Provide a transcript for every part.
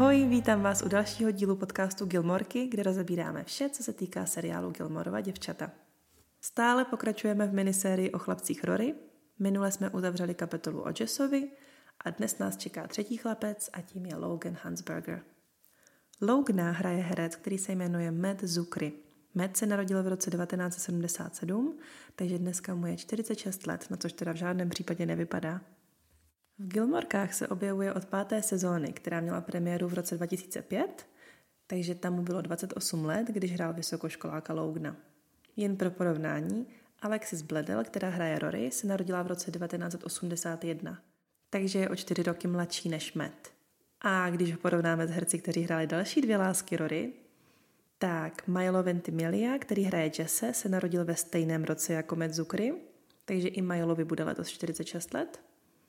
Ahoj, vítám vás u dalšího dílu podcastu Gilmorky, kde rozebíráme vše, co se týká seriálu Gilmorova děvčata. Stále pokračujeme v minisérii o chlapcích Rory, minule jsme uzavřeli kapitolu o Jessovi a dnes nás čeká třetí chlapec a tím je Logan Huntzberger. Logana hraje herec, který se jmenuje Matt Czuchry. Matt se narodil v roce 1977, takže dneska mu je 46 let, na což teda v žádném případě nevypadá. V Gilmorkách se objevuje od 5. sezóny, která měla premiéru v roce 2005, takže tam mu bylo 28 let, když hrál vysokoškoláka Logana. Jen pro porovnání, Alexis Bledel, která hraje Rory, se narodila v roce 1981, takže je o 4 roky mladší než Matt. A když ho porovnáme s herci, kteří hráli další dvě lásky Rory, tak Milo Ventimiglia, který hraje Jesse, se narodil ve stejném roce jako Matt Czuchry, takže i Milovi bude letos 46 let.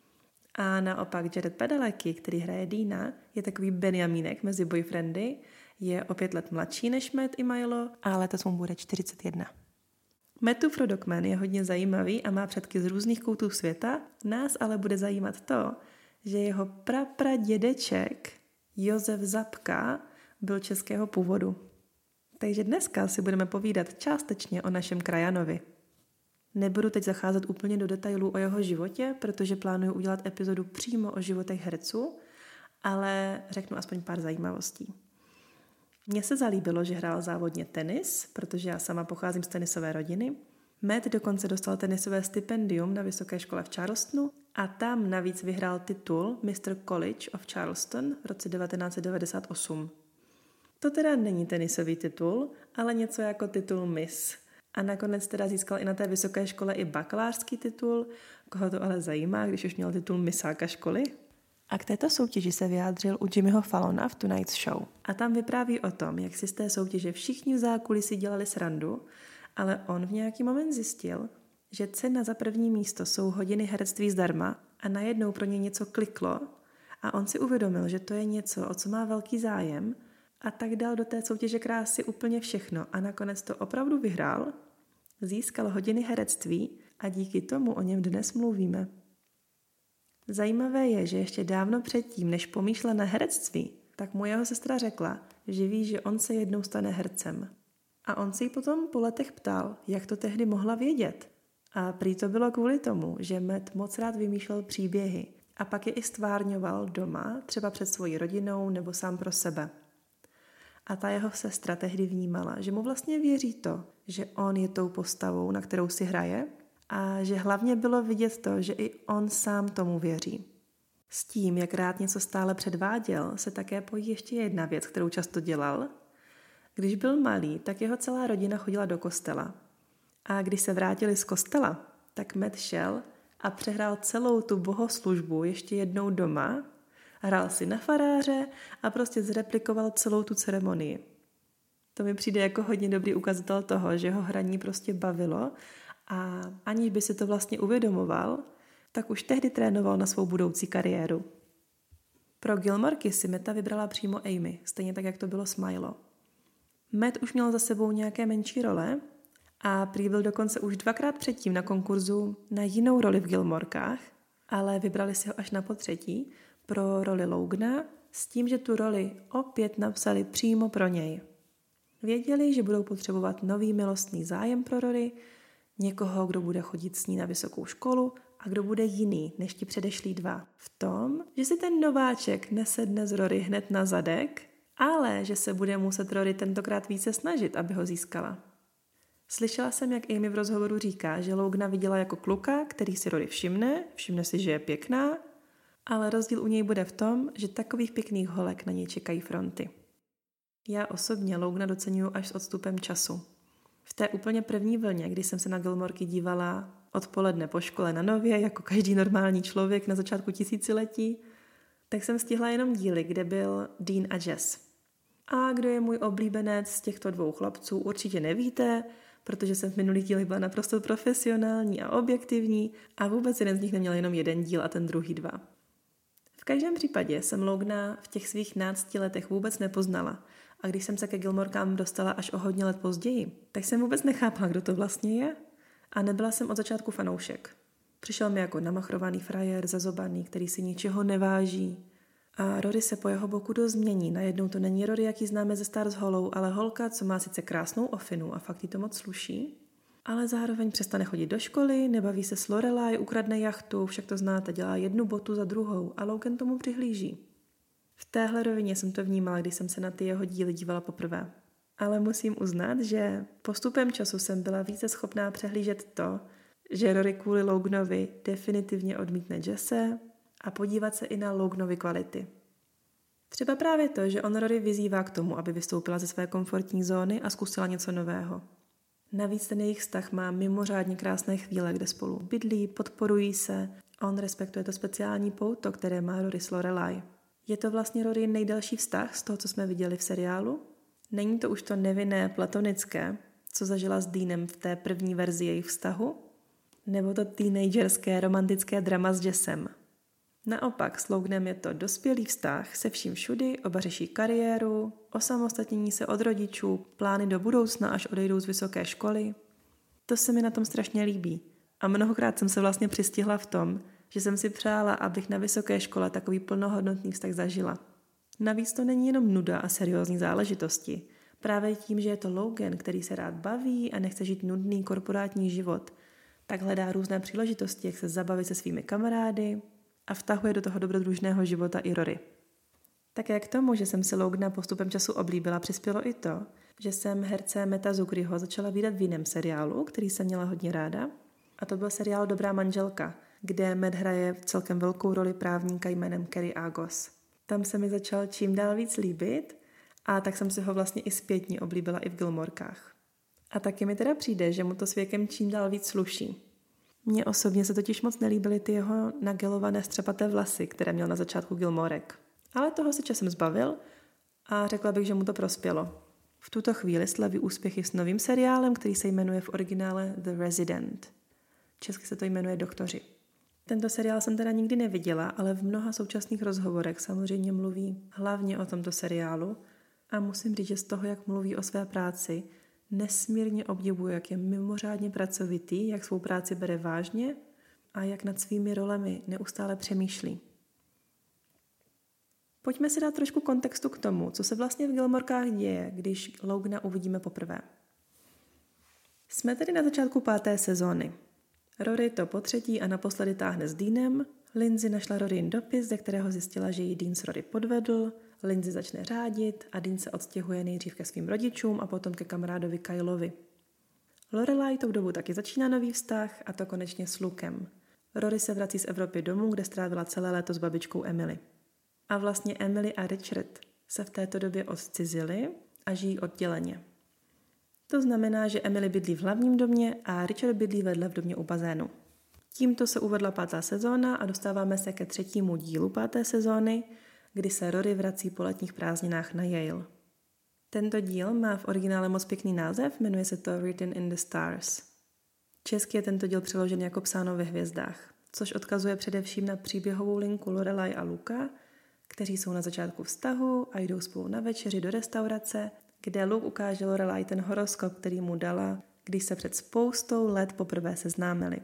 A naopak Jared Padalecki, který hraje Deana, je takový Benjamínek mezi boyfriendy, je o 5 let mladší než Matt i Milo a letos mu bude 41. Mattův rodokmen je hodně zajímavý a má předky z různých koutů světa, nás ale bude zajímat to, že jeho prapradědeček Josef Zapka byl českého původu. Takže dneska si budeme povídat částečně o našem krajanovi. Nebudu teď zacházet úplně do detailů o jeho životě, protože plánuju udělat epizodu přímo o životech herců, ale řeknu aspoň pár zajímavostí. Mně se zalíbilo, že hrál závodně tenis, protože já sama pocházím z tenisové rodiny. Matt dokonce dostal tenisové stipendium na vysoké škole v Charlestonu a tam navíc vyhrál titul Mr. College of Charleston v roce 1998. To teda není tenisový titul, ale něco jako titul Miss. A nakonec teda získal i na té vysoké škole i bakalářský titul, koho to ale zajímá, když už měl titul misáka školy. A k této soutěži se vyjádřil u Jimmyho Fallona v Tonight Show. A tam vypráví o tom, jak si z té soutěže všichni v zákulisí dělali srandu, ale on v nějaký moment zjistil, že cena za první místo jsou hodiny herectví zdarma a najednou pro ně něco kliklo a on si uvědomil, že to je něco, o co má velký zájem, a tak dal do té soutěže krásy úplně všechno a nakonec to opravdu vyhrál, získal hodiny herectví a díky tomu o něm dnes mluvíme. Zajímavé je, že ještě dávno předtím, než pomýšlel na herectví, tak mu jeho sestra řekla, že ví, že on se jednou stane hercem. A on se jí potom po letech ptal, jak to tehdy mohla vědět. A prý to bylo kvůli tomu, že Matt moc rád vymýšlel příběhy a pak je i stvárňoval doma, třeba před svojí rodinou nebo sám pro sebe. A ta jeho sestra tehdy vnímala, že mu vlastně věří to, že on je tou postavou, na kterou si hraje a že hlavně bylo vidět to, že i on sám tomu věří. S tím, jak rád něco stále předváděl, se také pojí ještě jedna věc, kterou často dělal. Když byl malý, tak jeho celá rodina chodila do kostela. A když se vrátili z kostela, tak Matt šel a přehrál celou tu bohoslužbu ještě jednou doma, hrál si na faráře a prostě zreplikoval celou tu ceremonii. To mi přijde jako hodně dobrý ukazatel toho, že ho hraní prostě bavilo a aniž by si to vlastně uvědomoval, tak už tehdy trénoval na svou budoucí kariéru. Pro Gilmorky si Matta vybrala přímo Amy, stejně tak, jak to bylo s Milo. Matt už měl za sebou nějaké menší role a prý byl dokonce už 2krát předtím na konkurzu na jinou roli v Gilmorkách, ale vybrali si ho až na potřetí pro roli Logana s tím, že tu roli opět napsali přímo pro něj. Věděli, že budou potřebovat nový milostný zájem pro Rory, někoho, kdo bude chodit s ní na vysokou školu a kdo bude jiný než ti předešlí dva. V tom, že si ten nováček nesedne z Rory hned na zadek, ale že se bude muset Rory tentokrát více snažit, aby ho získala. Slyšela jsem, jak Amy v rozhovoru říká, že Logana viděla jako kluka, který si Rory všimne si, že je pěkná, ale rozdíl u něj bude v tom, že takových pěkných holek na něj čekají fronty. Já osobně Logana doceňuji až s odstupem času. V té úplně první vlně, kdy jsem se na Gilmorky dívala odpoledne po škole na nově, jako každý normální člověk na začátku tisíciletí, tak jsem stihla jenom díly, kde byl Dean a Jess. A kdo je můj oblíbenec z těchto dvou chlapců, určitě nevíte, protože jsem v minulých dílech byla naprosto profesionální a objektivní a vůbec jeden z nich neměl jenom jeden díl a ten druhý dva. V každém případě jsem Logana v těch svých 11 letech vůbec nepoznala a když jsem se ke Gilmorkám dostala až o hodně let později, tak jsem vůbec nechápala, kdo to vlastně je a nebyla jsem od začátku fanoušek. Přišel mi jako namachrovaný frajer, zazobaný, který si ničeho neváží A Rory se po jeho boku dost změní. Najednou to není Rory, jaký známe ze Stars Hollow, ale holka, co má sice krásnou ofinu a fakt jí to moc sluší, ale zároveň přestane chodit do školy, nebaví se s Lorelai, ukradne jachtu, však to znáte, dělá jednu botu za druhou a Logan tomu přihlíží. V téhle rovině jsem to vnímala, když jsem se na ty jeho díly dívala poprvé. Ale musím uznat, že postupem času jsem byla více schopná přehlížet to, že Rory kvůli Loganovi definitivně odmítne Jesse a podívat se i na Loganovy kvality. Třeba právě to, že on Rory vyzývá k tomu, aby vystoupila ze své komfortní zóny a zkusila něco nového. Navíc ten jejich vztah má mimořádně krásné chvíle, kde spolu bydlí, podporují se a on respektuje to speciální pouto, které má Rory s Lorelai. Je to vlastně Rory nejdelší vztah z toho, co jsme viděli v seriálu. Není to už to nevinné platonické, co zažila s Deanem v té první verzi jejich vztahu, nebo to teenagerské romantické drama s Jessem. Naopak s Loganem je to dospělý vztah se vším všudy, oba řeší kariéru, osamostatnění se od rodičů, plány do budoucna, až odejdou z vysoké školy. To se mi na tom strašně líbí a mnohokrát jsem se vlastně přistihla v tom, že jsem si přála, abych na vysoké škole takový plnohodnotný vztah zažila. Navíc to není jenom nuda a seriózní záležitosti. Právě tím, že je to Logan, který se rád baví a nechce žít nudný korporátní život, tak hledá různé příležitosti, jak se zabavit se svými kamarády a vtahuje do toho dobrodružného života i Rory. Také k tomu, že jsem si Logana postupem času oblíbila, přispělo i to, že jsem herce Meta Zuckeryho začala vídat v jiném seriálu, který jsem měla hodně ráda, a to byl seriál Dobrá manželka, kde Matt hraje celkem velkou roli právníka jménem Carrie Agos. Tam se mi začal čím dál víc líbit a tak jsem si ho vlastně i zpětně oblíbila i v Gilmorkách. A taky mi teda přijde, že mu to s věkem čím dál víc sluší. Mně osobně se totiž moc nelíbily ty jeho nagelované střepaté vlasy, které měl na začátku Gilmorek. Ale toho se časem zbavil a řekla bych, že mu to prospělo. V tuto chvíli slaví úspěchy s novým seriálem, který se jmenuje v originále The Resident. Česky se to jmenuje Doktoři. Tento seriál jsem teda nikdy neviděla, ale v mnoha současných rozhovorech samozřejmě mluví hlavně o tomto seriálu a musím říct, že z toho, jak mluví o své práci, nesmírně obdivuji, jak je mimořádně pracovitý, jak svou práci bere vážně a jak nad svými rolemi neustále přemýšlí. Pojďme si dát trošku kontextu k tomu, co se vlastně v Gilmorkách děje, když Logana uvidíme poprvé. Jsme tedy na začátku 5. sezóny. Rory to potřetí a naposledy táhne s Deanem. Lindsay našla Roryn dopis, ze kterého zjistila, že jí Dean s Rory podvedl. Lindsay začne řádit a Dean se odstěhuje nejdřív ke svým rodičům a potom ke kamarádovi Kylovi. Lorelai tou dobu taky začíná nový vztah a to konečně s Lukem. Rory se vrací z Evropy domů, kde strávila celé léto s babičkou Emily. A vlastně Emily a Richard se v této době odcizili a žijí odděleně. To znamená, že Emily bydlí v hlavním domě a Richard bydlí vedle v domě u bazénu. Tímto se uvedla 5. sezóna a dostáváme se ke 3. dílu 5. sezóny, kdy se Rory vrací po letních prázdninách na Yale. Tento díl má v originále moc pěkný název, jmenuje se to Written in the Stars. Česky je tento díl přeložen jako Psáno ve hvězdách, což odkazuje především na příběhovou linku Lorelai a Luka, kteří jsou na začátku vztahu a jdou spolu na večeři do restaurace, kde Luke ukáže Lorelai ten horoskop, který mu dala, když se před spoustou let poprvé seznámili.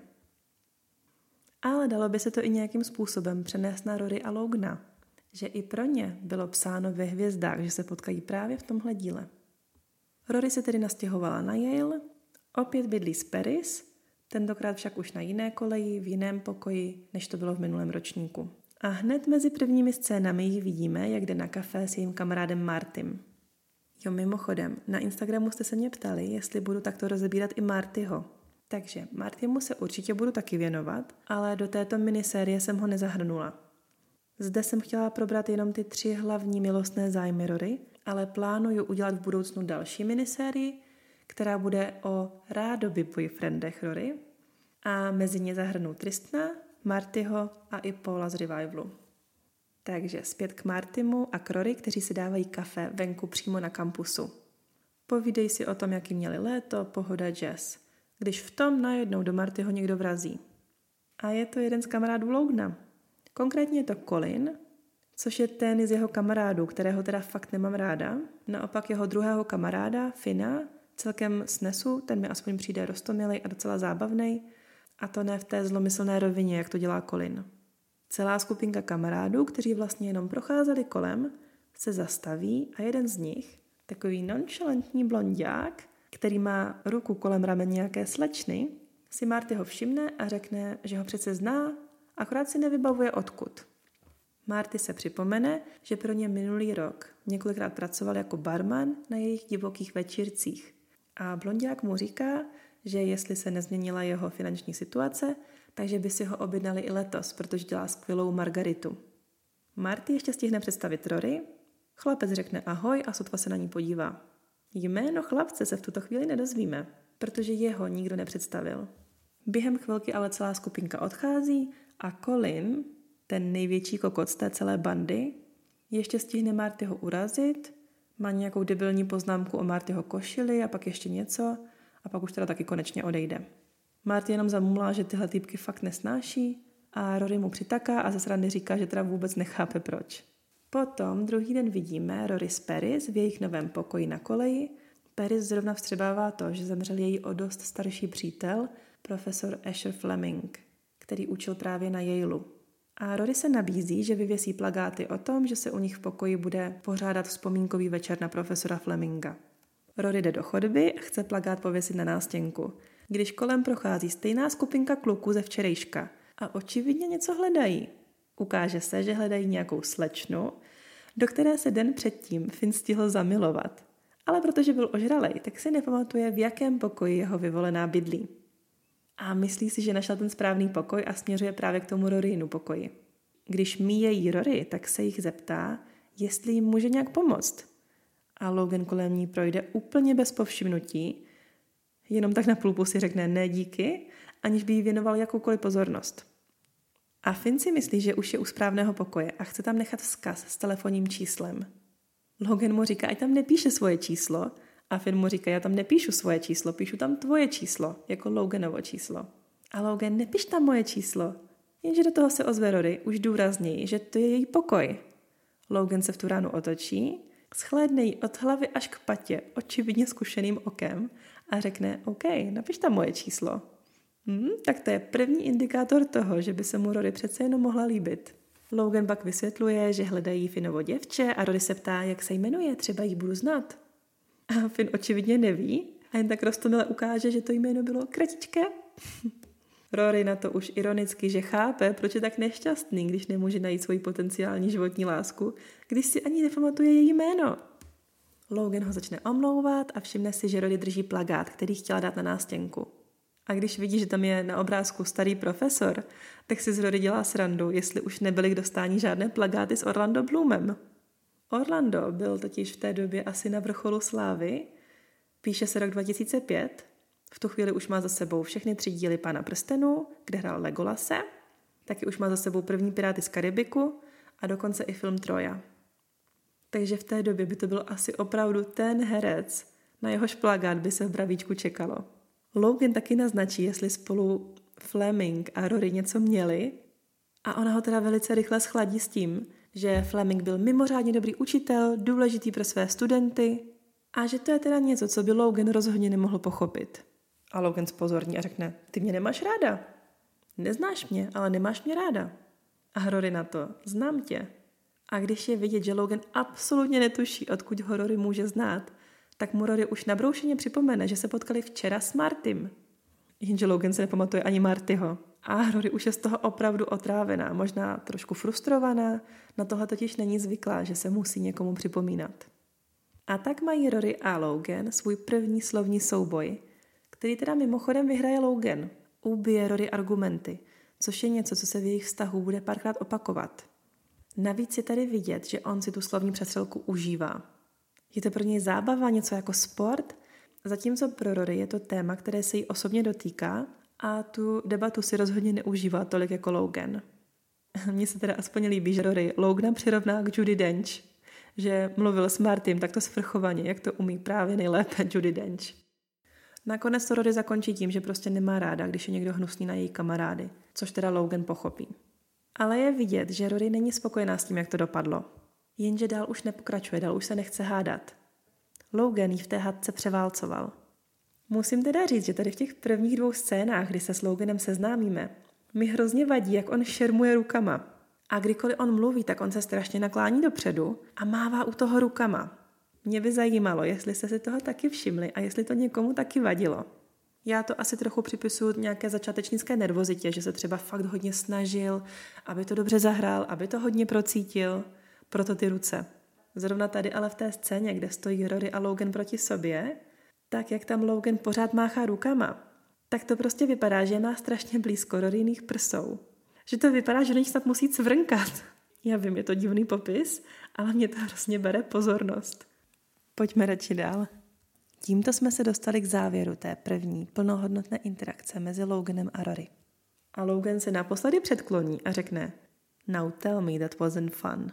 Ale dalo by se to i nějakým způsobem přenést na Rory a Logana, že i pro ně bylo psáno ve hvězdách, že se potkají právě v tomhle díle. Rory se tedy nastěhovala na Yale, opět bydlí s Paris, tentokrát však už na jiné koleji, v jiném pokoji, než to bylo v minulém ročníku. A hned mezi prvními scénami ji vidíme, jak jde na kafé s jejím kamarádem Martym. Jo, mimochodem, na Instagramu jste se mě ptali, jestli budu takto rozebírat i Martyho. Takže Martymu se určitě budu taky věnovat, ale do této minisérie jsem ho nezahrnula. Zde jsem chtěla probrat jenom ty 3 hlavní milostné zájmy Rory, ale plánuju udělat v budoucnu další minisérii, která bude o rádoby boyfriendech Rory a mezi ně zahrnu Tristana, Martyho a i Paula z Revivalu. Takže zpět k Martymu a k Rory, kteří si dávají kafe venku přímo na kampusu. Povídej si o tom, jaký měli léto, pohoda, jazz. Když v tom najednou do Martyho někdo vrazí. A je to jeden z kamarádů Logana. Konkrétně je to Colin, což je ten z jeho kamarádů, kterého teda fakt nemám ráda. Naopak jeho druhého kamaráda, Finna, celkem snesu, ten mi aspoň přijde roztomilej a docela zábavnej. A to ne v té zlomyslné rovině, jak to dělá Colin. Celá skupinka kamarádů, kteří vlastně jenom procházeli kolem, se zastaví a jeden z nich, takový nonchalantní blonďák, který má ruku kolem ramen nějaké slečny, si Martyho všimne a řekne, že ho přece zná, akorát si nevybavuje odkud. Marty se připomene, že pro ně minulý rok několikrát pracoval jako barman na jejich divokých večírcích. A blonďák mu říká, že jestli se nezměnila jeho finanční situace, takže by si ho objednali i letos, protože dělá skvělou margaritu. Marty ještě stihne představit Rory, chlapec řekne ahoj a sotva se na ní podívá. Jméno chlapce se v tuto chvíli nedozvíme, protože jeho nikdo nepředstavil. Během chvilky ale celá skupinka odchází a Colin, ten největší kokot z té celé bandy, ještě stihne Martyho urazit, má nějakou debilní poznámku o Martyho košili a pak ještě něco a pak už teda taky konečně odejde. Marty jenom zamumlá, že tyhle týpky fakt nesnáší a Rory mu přitaká a ze srandy říká, že teda vůbec nechápe proč. Potom druhý den vidíme Rory s Paris v jejich novém pokoji na koleji. Paris zrovna vstřebává to, že zemřel její o dost starší přítel, profesor Asher Fleming, který učil právě na Yaleu. A Rory se nabízí, že vyvěsí plakáty o tom, že se u nich v pokoji bude pořádat vzpomínkový večer na profesora Fleminga. Rory jde do chodby a chce plakát pověsit na nástěnku, když kolem prochází stejná skupinka kluků ze včerejška a očividně něco hledají. Ukáže se, že hledají nějakou slečnu, do které se den předtím Finn stihl zamilovat. Ale protože byl ožralej, tak si nepamatuje, v jakém pokoji jeho vyvolená bydlí. A myslí si, že našel ten správný pokoj a směřuje právě k tomu Roryinu pokoji. Když míjejí Rory, tak se jich zeptá, jestli jim může nějak pomoct. A Logan kolem ní projde úplně bez povšimnutí, jenom tak na půlku si řekne ne díky, aniž by jí věnoval jakoukoliv pozornost. A Finn si myslí, že už je u správného pokoje a chce tam nechat vzkaz s telefonním číslem. Logan mu říká, ať tam nepíše svoje číslo a Finn mu říká, já tam nepíšu svoje číslo, píšu tam tvoje číslo, jako Loganovo číslo. A Logan, nepiš tam moje číslo. Jenže do toho se ozve Rory už důrazněji, že to je její pokoj. Logan se v tu ránu otočí, shlédne ji od hlavy až k patě očividně zkušeným okem a řekne, OK, napiš tam moje číslo. Tak to je první indikátor toho, že by se mu Rory přece jenom mohla líbit. Logan pak vysvětluje, že hledají Finnovo děvče a Rory se ptá, jak se jmenuje, třeba jí budu znát. A Finn očividně neví a jen tak roztomile ukáže, že to jméno bylo kratičké. Rory na to už ironicky, že chápe, proč je tak nešťastný, když nemůže najít svoji potenciální životní lásku, když si ani nepamatuje její jméno. Logan ho začne omlouvat a všimne si, že Rory drží plakát, který chtěla dát na nástěnku. A když vidí, že tam je na obrázku starý profesor, tak si z Rory dělá srandu, jestli už nebyly k dostání žádné plakáty s Orlando Bloomem. Orlando byl totiž v té době asi na vrcholu slávy, píše se rok 2005, v tu chvíli už má za sebou všechny 3 díly Pána prstenů, kde hrál Legolase, taky už má za sebou první Piráty z Karibiku a dokonce i film Troja. Takže v té době by to byl asi opravdu ten herec, na jehož plakát by se v Bravíčku čekalo. Logan taky naznačí, jestli spolu Fleming a Rory něco měli a ona ho teda velice rychle schladí s tím, že Fleming byl mimořádně dobrý učitel, důležitý pro své studenty a že to je teda něco, co by Logan rozhodně nemohl pochopit. A Logan zpozorní a řekne, ty mě nemáš ráda. Neznáš mě, ale nemáš mě ráda. A Rory na to, znám tě. A když je vidět, že Logan absolutně netuší, odkud ho Rory může znát, tak mu Rory už nabroušeně připomene, že se potkali včera s Martym. Jenže Logan se nepamatuje ani Martyho. A Rory už je z toho opravdu otrávená, možná trošku frustrovaná, na tohle totiž není zvyklá, že se musí někomu připomínat. A tak mají Rory a Logan svůj první slovní souboj, který teda mimochodem vyhraje Logan. Ubije Rory argumenty, což je něco, co se v jejich vztahu bude párkrát opakovat. Navíc je tady vidět, že on si tu slovní přestřelku užívá. Je to pro něj zábava, něco jako sport, zatímco pro Rory je to téma, které se jí osobně dotýká a tu debatu si rozhodně neužívá tolik jako Logan. Mně se teda aspoň líbí, že Rory Logana přirovná k Judi Dench, že mluvil s Martym takto svrchovaně, jak to umí právě nejlépe Judi Dench. Nakonec to Rory zakončí tím, že prostě nemá ráda, když je někdo hnusný na její kamarády, což teda Logan pochopí. Ale je vidět, že Rory není spokojená s tím, jak to dopadlo. Jenže dál už nepokračuje, dál už se nechce hádat. Logan jí v té hádce převálcoval. Musím teda říct, že tady v těch prvních 2 scénách, kdy se s Loganem seznámíme, mi hrozně vadí, jak on šermuje rukama. A kdykoliv on mluví, tak on se strašně naklání dopředu a mává u toho rukama. Mě by zajímalo, jestli jste si toho taky všimli a jestli to někomu taky vadilo. Já to asi trochu připisuju nějaké začátečnické nervozitě, že se třeba fakt hodně snažil, aby to dobře zahrál, aby to hodně procítil, proto ty ruce. Zrovna tady ale v té scéně, kde stojí Rory a Logan proti sobě, tak jak tam Logan pořád máchá rukama, tak to prostě vypadá, že má strašně blízko Roryných prsou. Že to vypadá, že do nich snad musí cvrnkat. Já vím, je to divný popis, ale mě to hrozně bere pozornost. Pojďme radši dál. Tímto jsme se dostali k závěru té první plnohodnotné interakce mezi Loganem a Rory. A Logan se naposledy předkloní a řekne Now tell me that wasn't fun.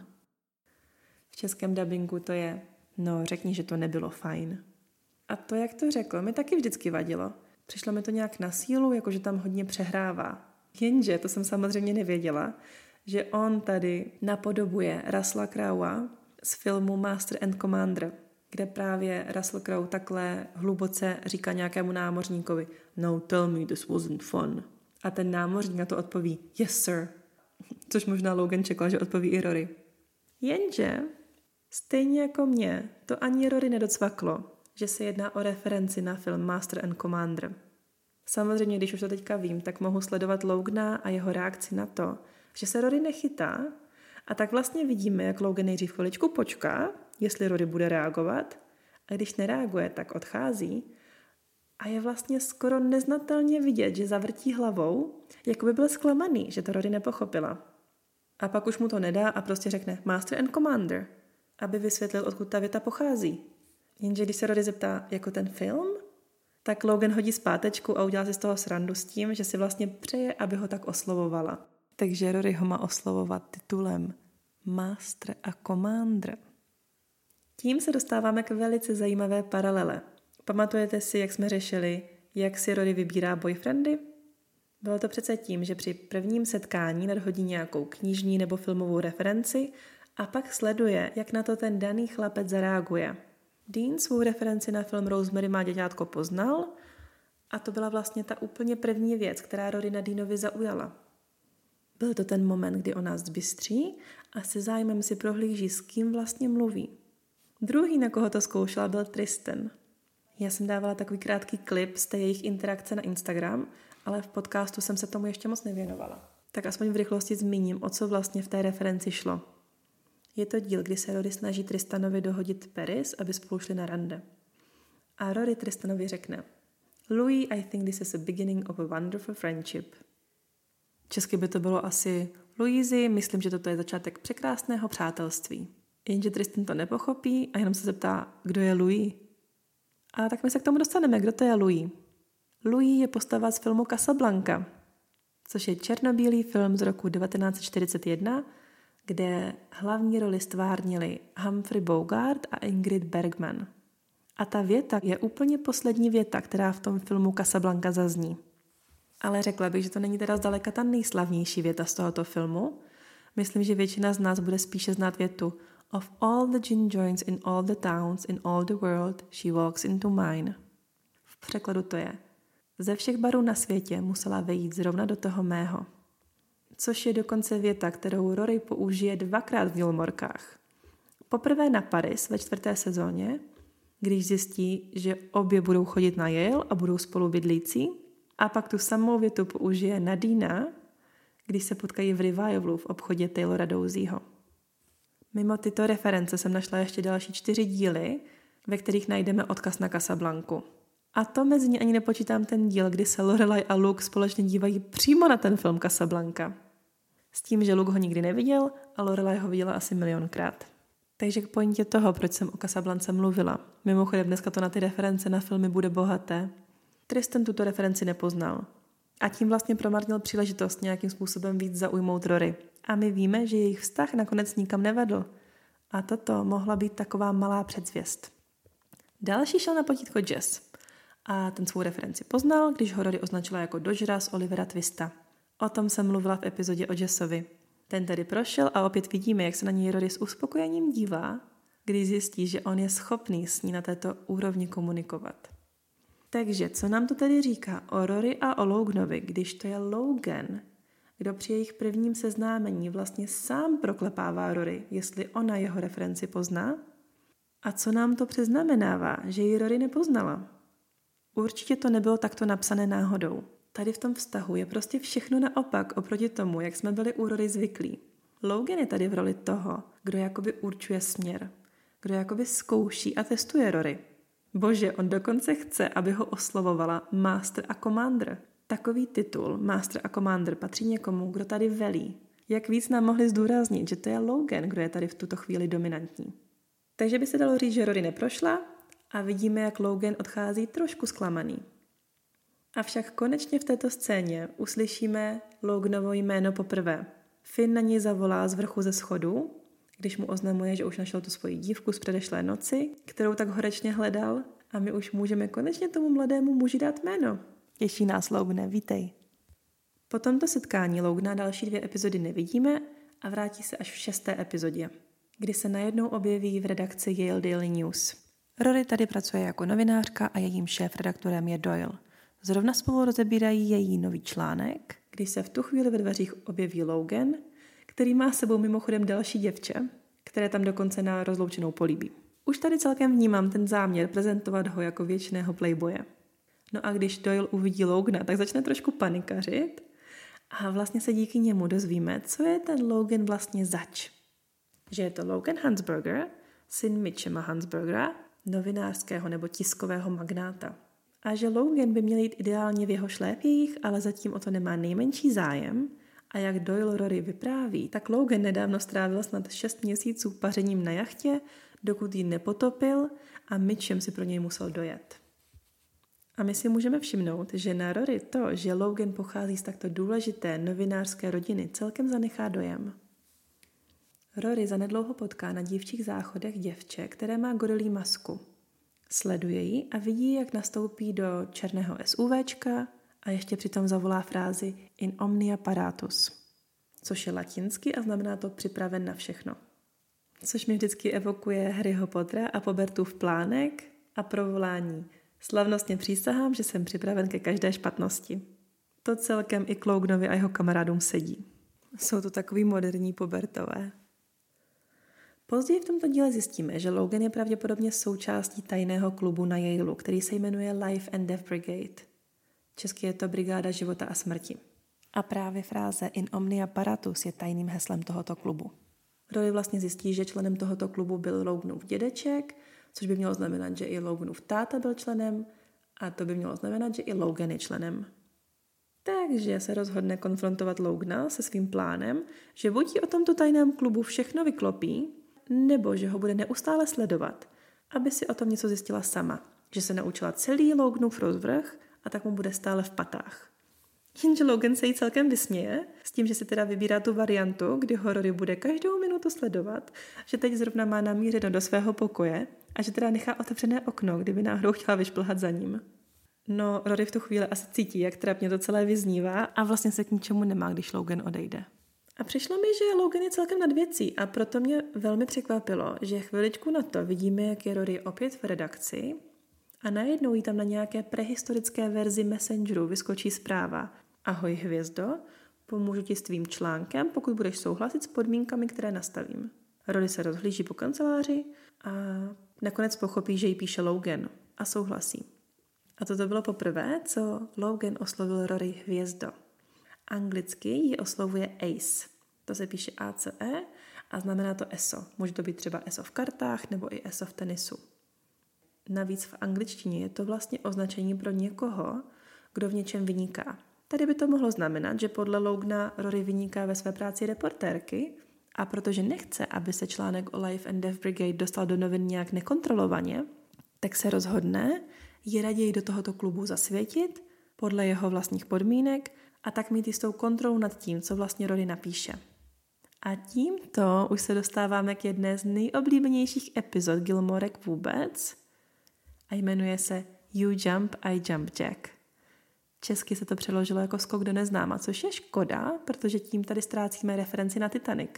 V českém dabingu to je no, řekni, že to nebylo fajn. A to, jak to řekl, mi taky vždycky vadilo. Přišlo mi to nějak na sílu, jakože tam hodně přehrává. Jenže, to jsem samozřejmě nevěděla, že on tady napodobuje Russella Crowe z filmu Master and Commander, kde právě Russell Crowe takhle hluboce říká nějakému námořníkovi No, tell me this wasn't fun. A ten námořník na to odpoví Yes, sir. Což možná Logan čekal, že odpoví i Rory. Jenže, stejně jako mě, to ani Rory nedocvaklo, že se jedná o referenci na film Master and Commander. Samozřejmě, když už to teďka vím, tak mohu sledovat Logana a jeho reakci na to, že se Rory nechytá a tak vlastně vidíme, jak Logan nejdřív chviličku počká, jestli Rory bude reagovat a když nereaguje, tak odchází a je vlastně skoro neznatelně vidět, že zavrtí hlavou, jako by byl zklamaný, že to Rory nepochopila. A pak už mu to nedá a prostě řekne Master and Commander, aby vysvětlil, odkud ta věta pochází. Jenže když se Rory zeptá, jako ten film, tak Logan hodí zpátečku a udělá si z toho srandu s tím, že si vlastně přeje, aby ho tak oslovovala. Takže Rory ho má oslovovat titulem Master a Commander. Tím se dostáváme k velice zajímavé paralele. Pamatujete si, jak jsme řešili, jak si Rory vybírá boyfriendy? Bylo to přece tím, že při prvním setkání nadhodí nějakou knižní nebo filmovou referenci a pak sleduje, jak na to ten daný chlapec zareaguje. Dean svou referenci na film Rosemary má děťátko poznal a to byla vlastně ta úplně první věc, která Rory na Deanovi zaujala. Byl to ten moment, kdy o nás zbystří a se zájmem si prohlíží, s kým vlastně mluví. Druhý, na koho to zkoušela, byl Tristan. Já jsem dávala takový krátký klip z té jejich interakce na Instagram, ale v podcastu jsem se tomu ještě moc nevěnovala. Tak aspoň v rychlosti zmíním, o co vlastně v té referenci šlo. Je to díl, kdy se Rory snaží Tristanovi dohodit Paris, aby spolu šli na rande. A Rory Tristanovi řekne Louis, I think this is a beginning of a wonderful friendship. Česky by to bylo asi Louisi, myslím, že toto je začátek překrásného přátelství. Jenže Tristan to nepochopí a jenom se zeptá, kdo je Louis. A tak my se k tomu dostaneme, kdo to je Louis. Louis je postava z filmu Casablanca, což je černobílý film z roku 1941, kde hlavní roli stvárnili Humphrey Bogart a Ingrid Bergman. A ta věta je úplně poslední věta, která v tom filmu Casablanca zazní. Ale řekla bych, že to není teda zdaleka ta nejslavnější věta z tohoto filmu. Myslím, že většina z nás bude spíše znát větu Of all the gin joints in all the towns in all the world, she walks into mine. V překladu to je Ze všech barů na světě musela vejít zrovna do toho mého. Což je dokonce věta, kterou Rory použije 2krát v Gilmorkách. Poprvé na Paris ve 4. sezóně, když zjistí, že obě budou chodit na Yale a budou spolu bydlící, a pak tu samou větu použije na Deana, když se potkají v revivalu v obchodě Taylora Douseyho. Mimo tyto reference jsem našla ještě další 4 díly, ve kterých najdeme odkaz na Casablancu. A to mezi ní ani nepočítám ten díl, kdy se Lorelai a Luke společně dívají přímo na ten film Casablanca. S tím, že Luke ho nikdy neviděl a Lorelai ho viděla asi milionkrát. Takže k pointě toho, proč jsem o Casablance mluvila. Mimochodem dneska to na ty reference na filmy bude bohaté. Tristan tuto referenci nepoznal. A tím vlastně promarnil příležitost nějakým způsobem víc zaujmout Rory. A my víme, že jejich vztah nakonec nikam nevedl. A toto mohla být taková malá předzvěst. Další šel na potítko Jess. A ten svou referenci poznal, když ho Rory označila jako dožra z Olivera Twista. O tom jsem mluvila v epizodě o Jessovi. Ten tedy prošel a opět vidíme, jak se na něj Rory s uspokojením dívá, když zjistí, že on je schopný s ní na této úrovni komunikovat. Takže, co nám to tedy říká o Rory a o Loganovi, když to je Logan, kdo při jejich prvním seznámení vlastně sám proklepává Rory, jestli ona jeho referenci pozná. A co nám to přeznamenává, že ji Rory nepoznala? Určitě to nebylo takto napsané náhodou. Tady v tom vztahu je prostě všechno naopak oproti tomu, jak jsme byli u Rory zvyklí. Logan je tady v roli toho, kdo jakoby určuje směr, kdo jakoby zkouší a testuje Rory. Bože, on dokonce chce, aby ho oslovovala Master a Commander. Takový titul, Master a Commander, patří někomu, kdo tady velí. Jak víc nám mohli zdůraznit, že to je Logan, kdo je tady v tuto chvíli dominantní. Takže by se dalo říct, že Rory neprošla a vidíme, jak Logan odchází trošku zklamaný. Avšak konečně v této scéně uslyšíme Loganovo jméno poprvé. Finn na něj zavolá z vrchu ze schodu, když mu oznamuje, že už našel tu svoji dívku z předešlé noci, kterou tak horečně hledal, a my už můžeme konečně tomu mladému muži dát jméno. Těší nás, Logane, vítej. Po tomto setkání Logana další 2 epizody nevidíme a vrátí se až v 6. epizodě, kdy se najednou objeví v redakci Yale Daily News. Rory tady pracuje jako novinářka a jejím šéf-redaktorem je Doyle. Zrovna spolu rozebírají její nový článek, když se v tu chvíli ve dveřích objeví Logan, který má s sebou mimochodem další děvče, které tam dokonce na rozloučenou políbí. Už tady celkem vnímám ten záměr prezentovat ho jako věčného playboye. No a když Doyle uvidí Logana, tak začne trošku panikařit a vlastně se díky němu dozvíme, co je ten Logan vlastně zač. Že je to Logan Huntzberger, syn Mitchema Huntzbergera, novinářského nebo tiskového magnáta. A že Logan by měl jít ideálně v jeho šlépějích, ale zatím o to nemá nejmenší zájem. A jak Doyle Rory vypráví, tak Logan nedávno strávil snad 6 měsíců pařením na jachtě, dokud ji nepotopil a Mitchem si pro něj musel dojet. A my si můžeme všimnout, že na Rory to, že Logan pochází z takto důležité novinářské rodiny, celkem zanechá dojem. Rory zanedlouho potká na dívčích záchodech děvče, které má gorilí masku. Sleduje ji a vidí, jak nastoupí do černého SUVčka a ještě přitom zavolá frázi in omnia paratus, což je latinsky a znamená to připraven na všechno. Což mi vždycky evokuje Harryho Pottera a Pobertův plánek a provolání. Slavnostně přísahám, že jsem připraven ke každé špatnosti. To celkem i k Loganovi a jeho kamarádům sedí. Jsou to takový moderní Pobertové. Později v tomto díle zjistíme, že Logan je pravděpodobně součástí tajného klubu na Yaleu, který se jmenuje Life and Death Brigade. Česky je to Brigáda života a smrti. A právě fráze in omnia paratus je tajným heslem tohoto klubu. Rory vlastně zjistí, že členem tohoto klubu byl Loganův dědeček, což by mělo znamenat, že i Loganův táta byl členem a to by mělo znamenat, že i Logan je členem. Takže se rozhodne konfrontovat Logana se svým plánem, že buď o tomto tajném klubu všechno vyklopí, nebo že ho bude neustále sledovat, aby si o tom něco zjistila sama, že se naučila celý Loganův rozvrh a tak mu bude stále v patách. Jenže Logan se jí celkem vysměje, s tím, že si teda vybírá tu variantu, kdy ho Rory bude každou minutu sledovat, že teď zrovna má namířeno do svého pokoje a že teda nechá otevřené okno, kdyby náhodou chtěla vyšplhat za ním. No, Rory v tu chvíli asi cítí, jak trapně to celé vyznívá a vlastně se k ničemu nemá, když Logan odejde. A přišlo mi, že Logan je celkem nad věcí a proto mě velmi překvapilo, že chviličku na to vidíme, jak je Rory opět v redakci a najednou jí tam na nějaké prehistorické verzi Messengeru vyskočí zpráva: Ahoj hvězdo, pomůžu ti s tvým článkem, pokud budeš souhlasit s podmínkami, které nastavím. Rory se rozhlíží po kanceláři a nakonec pochopí, že jí píše Logan a souhlasí. A toto bylo poprvé, co Logan oslovil Rory hvězdo. Anglicky ji oslovuje Ace. To se píše ACE a znamená to ESO. Může to být třeba ESO v kartách nebo i ESO v tenisu. Navíc v angličtině je to vlastně označení pro někoho, kdo v něčem vyniká. Tady by to mohlo znamenat, že podle Logana Rory vyniká ve své práci reportérky a protože nechce, aby se článek o Life and Death Brigade dostal do novin nějak nekontrolovaně, tak se rozhodne ji raději do tohoto klubu zasvětit podle jeho vlastních podmínek a tak mít jistou kontrolu nad tím, co vlastně Rory napíše. A tímto už se dostáváme k jedné z nejoblíbenějších epizod Gilmorek vůbec a jmenuje se You Jump, I Jump Jack. Česky se to přeložilo jako skok do neznáma, což je škoda, protože tím tady ztrácíme referenci na Titanic.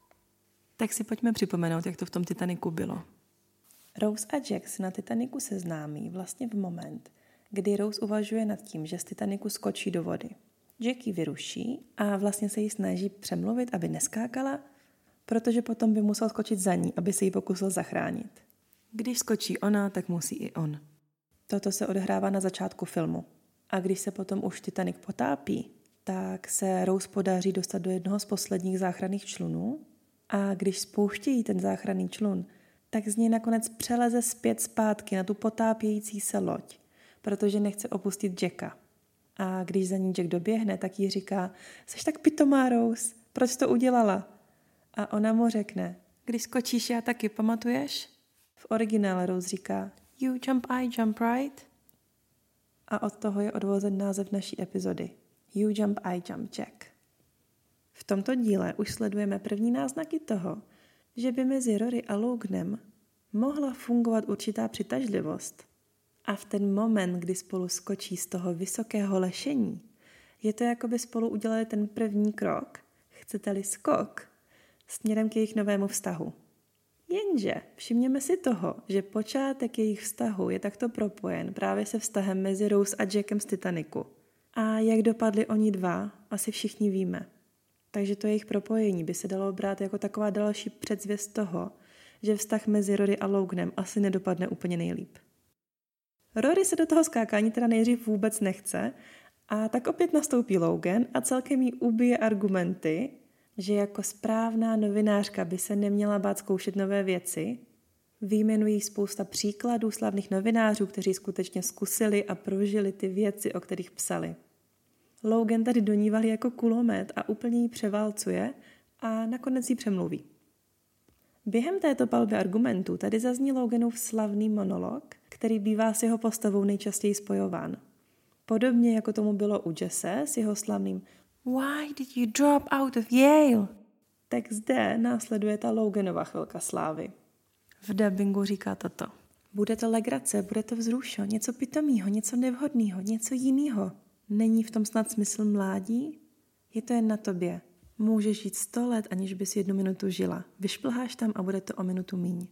Tak si pojďme připomenout, jak to v tom Titanicu bylo. Rose a Jack se na Titanicu seznámí vlastně v moment, kdy Rose uvažuje nad tím, že z Titanicu skočí do vody. Jackie vyruší a vlastně se jí snaží přemluvit, aby neskákala, protože potom by musel skočit za ní, aby se jí pokusil zachránit. Když skočí ona, tak musí i on. Toto se odehrává na začátku filmu. A když se potom už Titanic potápí, tak se Rose podaří dostat do jednoho z posledních záchranných člunů a když spouštějí ten záchranný člun, tak z něj nakonec přeleze zpět zpátky na tu potápějící se loď, protože nechce opustit Jacka. A když za ní Jack doběhne, tak jí říká, seš tak pitomá, Rose, proč to udělala? A ona mu řekne, když skočíš, já taky, pamatuješ? V originále Rose říká, you jump, I jump, right? A od toho je odvozen název naší epizody. You jump, I jump, Jack. V tomto díle už sledujeme první náznaky toho, že by mezi Rory a Loganem mohla fungovat určitá přitažlivost. A v ten moment, kdy spolu skočí z toho vysokého lešení, je to, jako by spolu udělali ten první krok, chcete-li skok, směrem k jejich novému vztahu. Jenže všimněme si toho, že počátek jejich vztahu je takto propojen právě se vztahem mezi Rose a Jackem z Titanicu. A jak dopadli oni dva, asi všichni víme. Takže to jejich propojení by se dalo brát jako taková další předzvěst toho, že vztah mezi Rory a Loganem asi nedopadne úplně nejlíp. Rory se do toho skákání teda nejdřív vůbec nechce a tak opět nastoupí Logan a celkem jí ubije argumenty, že jako správná novinářka by se neměla bát zkoušet nové věci. Vyjmenují spousta příkladů slavných novinářů, kteří skutečně zkusili a prožili ty věci, o kterých psali. Logan tady do ní valí jako kulomet a úplně jí převálcuje a nakonec jí přemluví. Během této palby argumentů tady zazní Loganův slavný monolog, který bývá s jeho postavou nejčastěji spojován. Podobně jako tomu bylo u Jesse s jeho slavným Why did you drop out of Yale? Tak zde následuje ta Loganova chvilka slávy. V dabingu říká toto. Bude to legrace, bude to vzrušo, něco pitomýho, něco nevhodného, něco jinýho. Není v tom snad smysl mládí? Je to jen na tobě. Můžeš žít 100 let, aniž bys 1 minutu žila. Vyšplháš tam a bude to o minutu míň.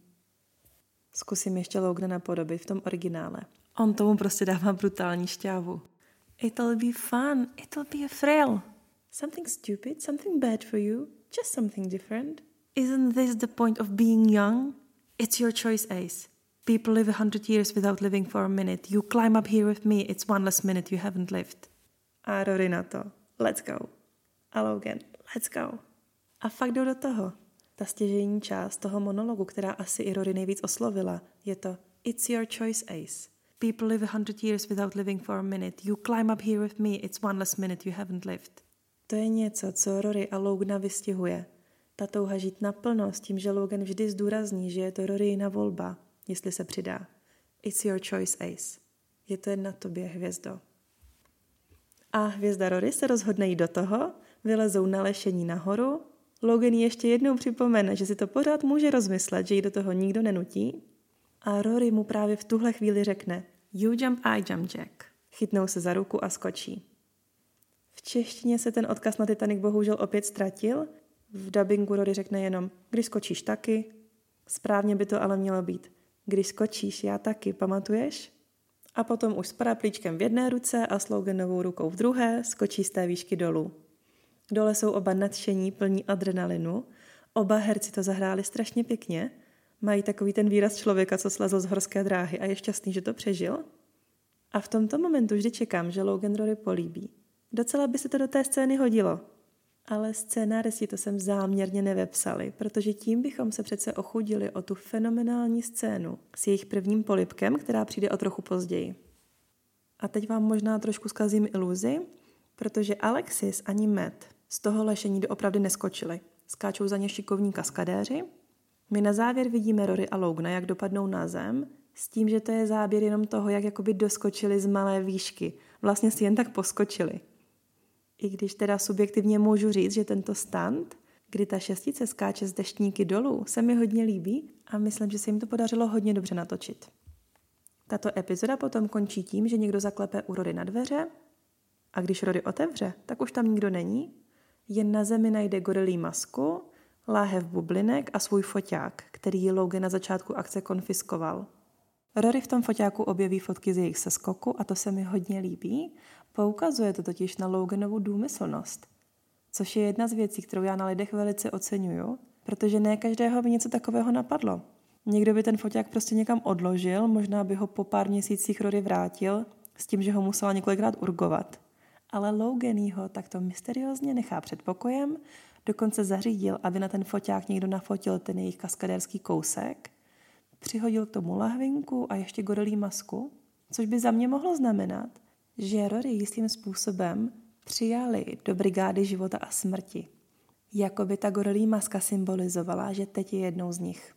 Zkusím ještě Logana napodobit v tom originále. On tomu prostě dává brutální šťávu. It'll be fun, it'll be a thrill. Something stupid, something bad for you, just something different. Isn't this the point of being young? It's your choice, Ace. People live 100 years without living for a minute. You climb up here with me, it's one less minute you haven't lived. A Rory na to. Let's go. A Logan. Let's go. A fakt jdou do toho. Ta stěžejní část toho monologu, která asi i Rory nejvíc oslovila, je to It's your choice, Ace. People live 100 years without living for a minute. You climb up here with me, it's one less minute you haven't lived. To je něco, co Rory a Logana vystihuje. Ta touha žít naplno s tím, že Logan vždy zdůrazní, že je to Roryina volba, jestli se přidá. It's your choice, Ace. Je to jen na tobě, hvězdo. A hvězda Rory se rozhodne jít do toho, vylezou na lešení nahoru. Logan ještě jednou připomene, že si to pořád může rozmyslet, že jí do toho nikdo nenutí. A Rory mu právě v tuhle chvíli řekne You jump, I jump, Jack. Chytnou se za ruku a skočí. V češtině se ten odkaz na Titanic bohužel opět ztratil. V dabingu Rory řekne jenom Když skočíš taky. Správně by to ale mělo být Když skočíš, já taky, pamatuješ? A potom už s paraplíčkem v jedné ruce a s Loganovou rukou v druhé skočí z té výšky dolů. Dole jsou oba nadšení, plní adrenalinu. Oba herci to zahráli strašně pěkně. Mají takový ten výraz člověka, co slezl z horské dráhy a je šťastný, že to přežil. A v tomto momentu vždy čekám, že Logan Rory políbí. Docela by se to do té scény hodilo. Ale scénáristi to sem záměrně nevepsali, protože tím bychom se přece ochudili o tu fenomenální scénu s jejich prvním polibkem, která přijde o trochu později. A teď vám možná trošku zkazím iluzi, protože Alexis ani Matt z toho lešení doopravdy neskočili. Skáčou za ně šikovní kaskadéři. My na závěr vidíme Rory a Logana, jak dopadnou na zem, s tím, že to je záběr jenom toho, jak jakoby doskočili z malé výšky. Vlastně si jen tak poskočili. I když teda subjektivně můžu říct, že tento stunt, kdy ta šestice skáče z deštníky dolů, se mi hodně líbí a myslím, že se jim to podařilo hodně dobře natočit. Tato epizoda potom končí tím, že někdo zaklepe u Rory na dveře a když Rory otevře, tak už tam nikdo není, jen na zemi najde gorilí masku, láhev bublinek a svůj foťák, který ji Logan na začátku akce konfiskoval. Rory v tom foťáku objeví fotky z jejich seskoku a to se mi hodně líbí, Poukazuje to totiž na Loganovu důmyslnost, což je jedna z věcí, kterou já na lidech velice oceňuju, protože ne každého by něco takového napadlo. Někdo by ten foťák prostě někam odložil, možná by ho po pár měsících Rory vrátil s tím, že ho musela několikrát urgovat. Ale Logan ho takto mysteriózně nechá před pokojem, dokonce zařídil, aby na ten foťák někdo nafotil ten jejich kaskadérský kousek, přihodil k tomu lahvinku a ještě gorelí masku, což by za mě mohlo znamenat, že Rory jistým způsobem přijali do brigády života a smrti. Jakoby ta gorelí maska symbolizovala, že teď je jednou z nich.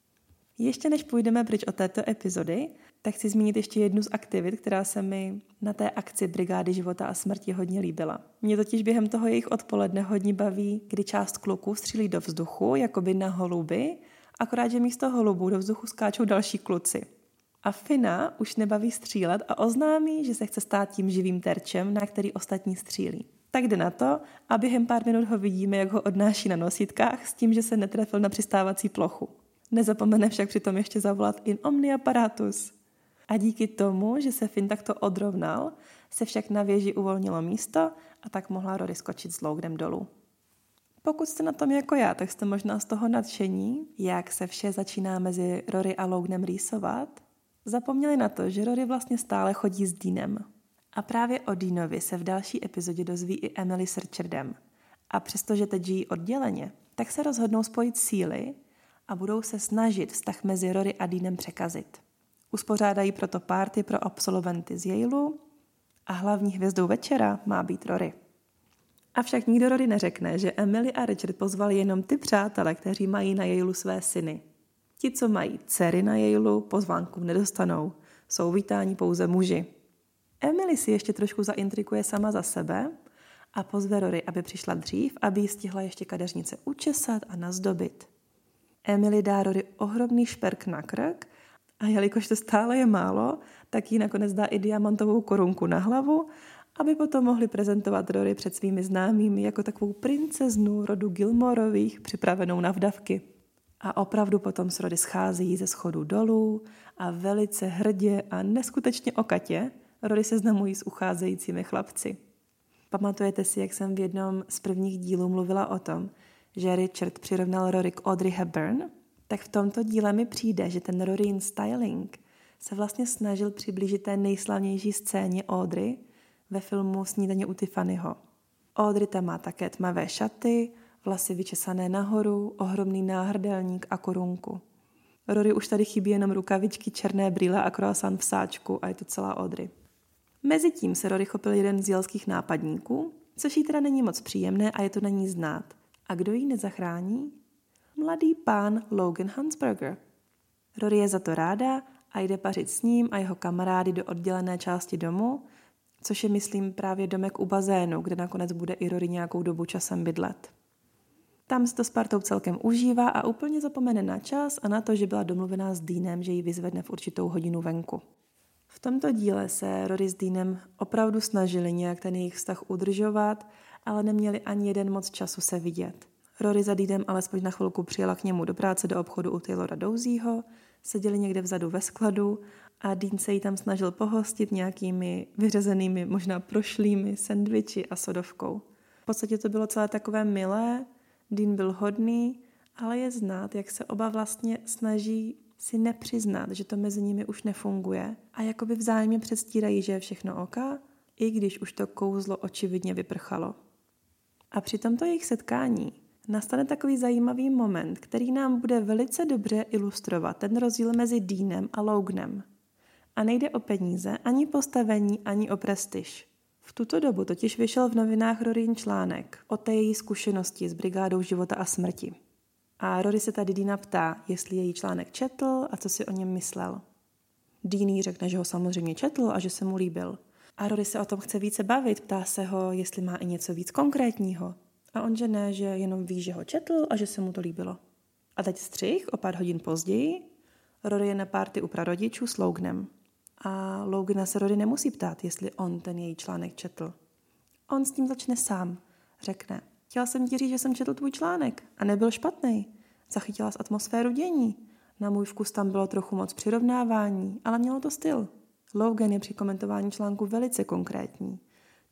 Ještě než půjdeme pryč od této epizody, tak chci zmínit ještě jednu z aktivit, která se mi na té akci brigády života a smrti hodně líbila. Mě totiž během toho jejich odpoledne hodně baví, kdy část kluků střílí do vzduchu, jakoby na holuby, akorát, že místo holubů do vzduchu skáčou další kluci. A Finna už nebaví střílet a oznámí, že se chce stát tím živým terčem, na který ostatní střílí. Tak jde na to a během pár minut ho vidíme, jak ho odnáší na nosítkách s tím, že se netrefil na přistávací plochu. Nezapomene však přitom ještě zavolat in omnia paratus. A díky tomu, že se Finn takto odrovnal, se však na věži uvolnilo místo a tak mohla Rory skočit s Loganem dolů. Pokud jste na tom jako já, tak jste možná z toho nadšení, jak se vše začíná mezi Rory a Loganem rýsovat. Zapomněli na to, že Rory vlastně stále chodí s Deanem. A právě o Deanovi se v další epizodě dozví i Emily s Richardem. A přestože teď žijí odděleně, tak se rozhodnou spojit síly a budou se snažit vztah mezi Rory a Deanem překazit. Uspořádají proto party pro absolventy z Yaleu a hlavní hvězdou večera má být Rory. Avšak nikdo Rory neřekne, že Emily a Richard pozvali jenom ty přátele, kteří mají na Yaleu své syny. Ti, co mají dcery na Yaleu, pozvánku nedostanou. Jsou vítáni pouze muži. Emily si ještě trošku zaintrikuje sama za sebe a pozve Rory, aby přišla dřív, aby jí stihla ještě kadeřnice učesat a nazdobit. Emily dá Rory ohromný šperk na krk a jelikož to stále je málo, tak jí nakonec dá i diamantovou korunku na hlavu, aby potom mohli prezentovat Rory před svými známými jako takovou princeznu rodu Gilmorových připravenou na vdavky. A opravdu potom s Rory scházejí ze schodů dolů a velice hrdě a neskutečně okatě Rory seznamují s ucházejícími chlapci. Pamatujete si, jak jsem v jednom z prvních dílů mluvila o tom, že Richard přirovnal Rory k Audrey Hepburn? Tak v tomto díle mi přijde, že ten Roryin styling se vlastně snažil přiblížit té nejslavnější scéně Audrey ve filmu Snídaně u Tiffanyho. Audrey tam má také tmavé šaty, vlasy vyčesané nahoru, ohromný náhrdelník a korunku. Rory už tady chybí jenom rukavičky, černé brýle a croissant v sáčku a je to celá Audrey. Mezitím se Rory chopil jeden z yaleských nápadníků, což jí teda není moc příjemné a je to na ní znát. A kdo ji nezachrání? Mladý pán Logan Huntsberger. Rory je za to ráda a jde pařit s ním a jeho kamarády do oddělené části domu, což je, myslím, právě domek u bazénu, kde nakonec bude i Rory nějakou dobu časem bydlet. Tam se to s partou celkem užívá a úplně zapomene na čas a na to, že byla domluvená s Deanem, že ji vyzvedne v určitou hodinu venku. V tomto díle se Rory s Deanem opravdu snažili nějak ten jejich vztah udržovat, ale neměli ani jeden moc času se vidět. Rory za Deanem alespoň na chvilku přijela k němu do práce do obchodu u Taylora Douseyho, seděli někde vzadu ve skladu a Dean se jí tam snažil pohostit nějakými vyřezenými, možná prošlými sendviči a sodovkou. V podstatě to bylo celé takové milé, Dean byl hodný, ale je znát, jak se oba vlastně snaží si nepřiznat, že to mezi nimi už nefunguje a jakoby vzájemně předstírají, že je všechno OK, i když už to kouzlo očividně vyprchalo. A při tomto jejich setkání nastane takový zajímavý moment, který nám bude velice dobře ilustrovat ten rozdíl mezi Deanem a Loganem. A nejde o peníze, ani postavení, ani o prestiž. V tuto dobu totiž vyšel v novinách Roryin článek o té její zkušenosti s brigádou života a smrti. A Rory se tady Deana ptá, jestli její článek četl a co si o něm myslel. Dean jí řekne, že ho samozřejmě četl a že se mu líbil. A Rory se o tom chce více bavit, ptá se ho, jestli má i něco víc konkrétního. A on že ne, že jenom ví, že ho četl a že se mu to líbilo. A teď střih, o pár hodin později, Rory je na party u prarodičů s Loganem. A Logana se Rory nemusí ptát, jestli on ten její článek četl. On s tím začne sám. Řekne, chtěla jsem ti říct, že jsem četl tvůj článek a nebyl špatný. Zachytila jsi atmosféru dění. Na můj vkus tam bylo trochu moc přirovnávání, ale mělo to styl. Logan je při komentování článku velice konkrétní.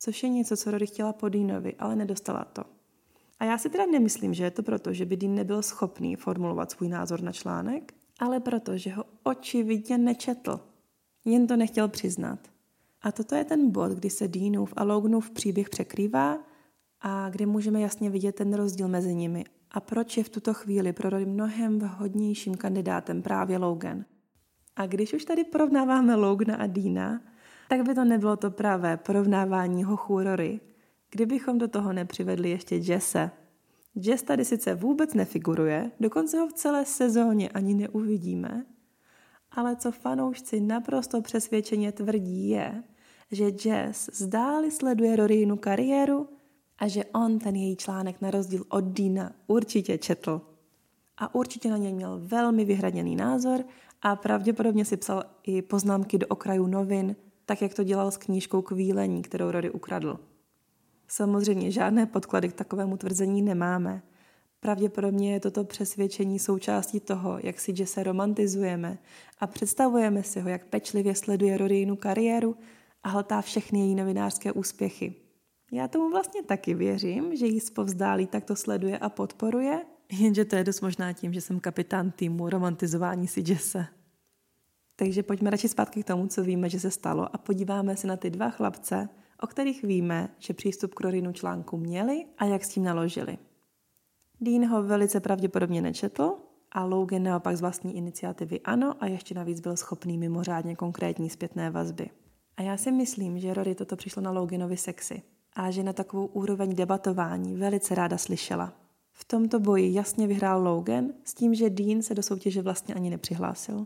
což je něco, co Rory chtěla po Deanovi, ale nedostala to. A já si teda nemyslím, že je to proto, že by Dean nebyl schopný formulovat svůj názor na článek, ale proto, že ho očividně nečetl. Jen to nechtěl přiznat. A toto je ten bod, kdy se Deanův a Loganův příběh překrývá a kdy můžeme jasně vidět ten rozdíl mezi nimi a proč je v tuto chvíli pro Rory mnohem vhodnějším kandidátem právě Logan. A když už tady porovnáváme Logana a Deana, tak by to nebylo to pravé porovnávání hochů Rory, kdybychom do toho nepřivedli ještě Jesse. Jess tady sice vůbec nefiguruje, dokonce ho v celé sezóně ani neuvidíme, ale co fanoušci naprosto přesvědčeně tvrdí je, že Jess zdáli sleduje Roryinu kariéru a že on ten její článek na rozdíl od Deana určitě četl. A určitě na něj měl velmi vyhraněný názor a pravděpodobně si psal i poznámky do okrajů novin, tak jak to dělal s knížkou Kvílení, kterou Rory ukradl. Samozřejmě žádné podklady k takovému tvrzení nemáme. Pravděpodobně je toto přesvědčení součástí toho, jak si Jesse romantizujeme a představujeme si ho, jak pečlivě sleduje Roryinu kariéru a hltá všechny její novinářské úspěchy. Já tomu vlastně taky věřím, že jí zpovzdálí takto sleduje a podporuje, jenže to je dost možná tím, že jsem kapitán týmu romantizování si Jesse. Takže pojďme radši zpátky k tomu, co víme, že se stalo a podíváme se na ty dva chlapce, o kterých víme, že přístup k Roryinu článku měli a jak s tím naložili. Dean ho velice pravděpodobně nečetl a Logan naopak z vlastní iniciativy ano a ještě navíc byl schopný mimořádně konkrétní zpětné vazby. A já si myslím, že Rory toto přišlo na Loganovi sexy a že na takovou úroveň debatování velice ráda slyšela. V tomto boji jasně vyhrál Logan s tím, že Dean se do soutěže vlastně ani nepřihlásil.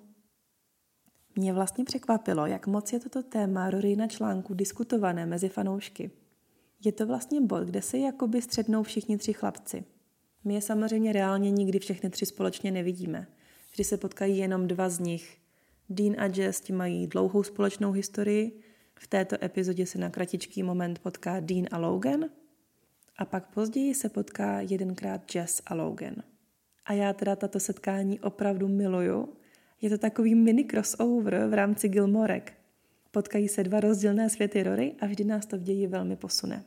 Mě vlastně překvapilo, jak moc je toto téma Roryna článku diskutované mezi fanoušky. Je to vlastně bod, kde se jakoby střetnou všichni tři chlapci. My je samozřejmě reálně nikdy všechny tři společně nevidíme. Vždy se potkají jenom dva z nich. Dean a Jess ti mají dlouhou společnou historii. V této epizodě se na kratičký moment potká Dean a Logan. A pak později se potká jedenkrát Jess a Logan. A já teda tato setkání opravdu miluju. Je to takový mini crossover v rámci Gilmorek. Potkají se dva rozdílné světy Rory a vždy nás to v ději velmi posune.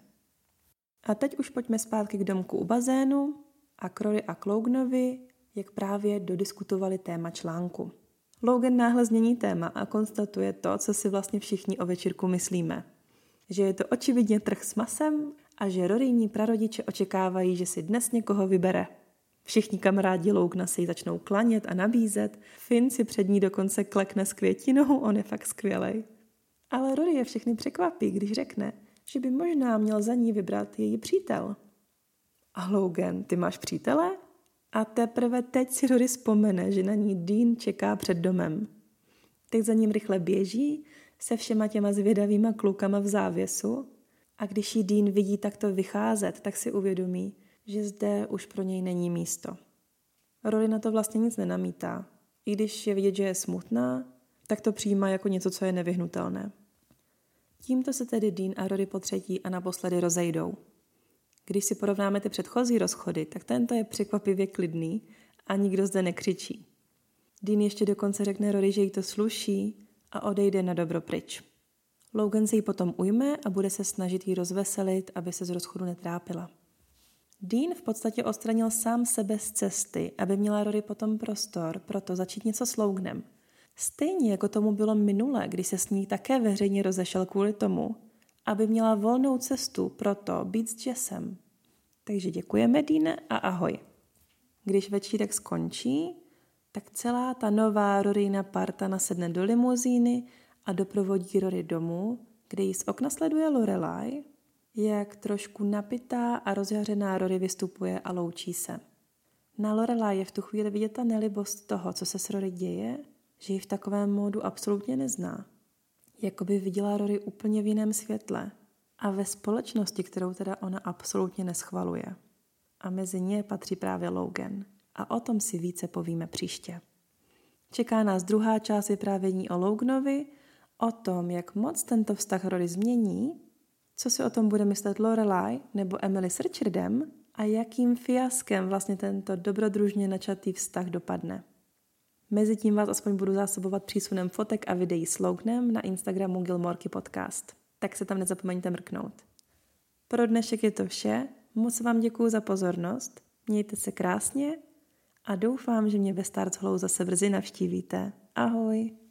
A teď už pojďme zpátky k domku u bazénu a k Rory a k Loganovi, jak právě dodiskutovali téma článku. Logan náhle změní téma a konstatuje to, co si vlastně všichni o večírku myslíme. Že je to očividně trh s masem a že Roryní prarodiče očekávají, že si dnes někoho vybere. Všichni kamarádi Logana si ji začnou klanět a nabízet. Finn si před ní dokonce klekne s květinou, on je fakt skvělej. Ale Rory je všechny překvapí, když řekne, že by možná měl za ní vybrat její přítel. A Logan, ty máš přítele? A teprve teď si Rory vzpomene, že na ní Dean čeká před domem. Teď za ním rychle běží se všema těma zvědavýma klukama v závěsu a když ji Dean vidí takto vycházet, tak si uvědomí, že zde už pro něj není místo. Rory na to vlastně nic nenamítá. I když je vidět, že je smutná, tak to přijímá jako něco, co je nevyhnutelné. Tímto se tedy Dean a Rory po třetí a naposledy rozejdou. Když si porovnáme ty předchozí rozchody, tak tento je překvapivě klidný a nikdo zde nekřičí. Dean ještě dokonce řekne Rory, že jí to sluší a odejde na dobro pryč. Logan se jí potom ujme a bude se snažit jí rozveselit, aby se z rozchodu netrápila. Dean v podstatě odstranil sám sebe z cesty, aby měla Rory potom prostor pro to začít něco s Loganem. Stejně jako tomu bylo minule, kdy se s ní také veřejně rozešel kvůli tomu, aby měla volnou cestu pro to být s Jessem. Takže děkujeme, Deane, a ahoj. Když večírek skončí, tak celá ta nová Roryna parta nasedne do limuzíny a doprovodí Rory domů, kde jí z okna sleduje Lorelai, jak trošku napitá a rozjařená Rory vystupuje a loučí se. Na Lorelai je v tu chvíli vidět ta nelibost toho, co se s Rory děje, že ji v takovém módu absolutně nezná. Jakoby viděla Rory úplně v jiném světle a ve společnosti, kterou teda ona absolutně neschvaluje. A mezi ně patří právě Logan. A o tom si více povíme příště. Čeká nás druhá část vyprávění o Loganovi, o tom, jak moc tento vztah Rory změní, co si o tom bude myslet Lorelai nebo Emily s Richardem a jakým fiaskem vlastně tento dobrodružně načatý vztah dopadne. Mezitím vás aspoň budu zásobovat přísunem fotek a videí s Loganem na Instagramu Gilmorky podcast. Tak se tam nezapomeňte mrknout. Pro dnešek je to vše, moc vám děkuju za pozornost, mějte se krásně a doufám, že mě ve Start Hollow zase brzy navštívíte. Ahoj!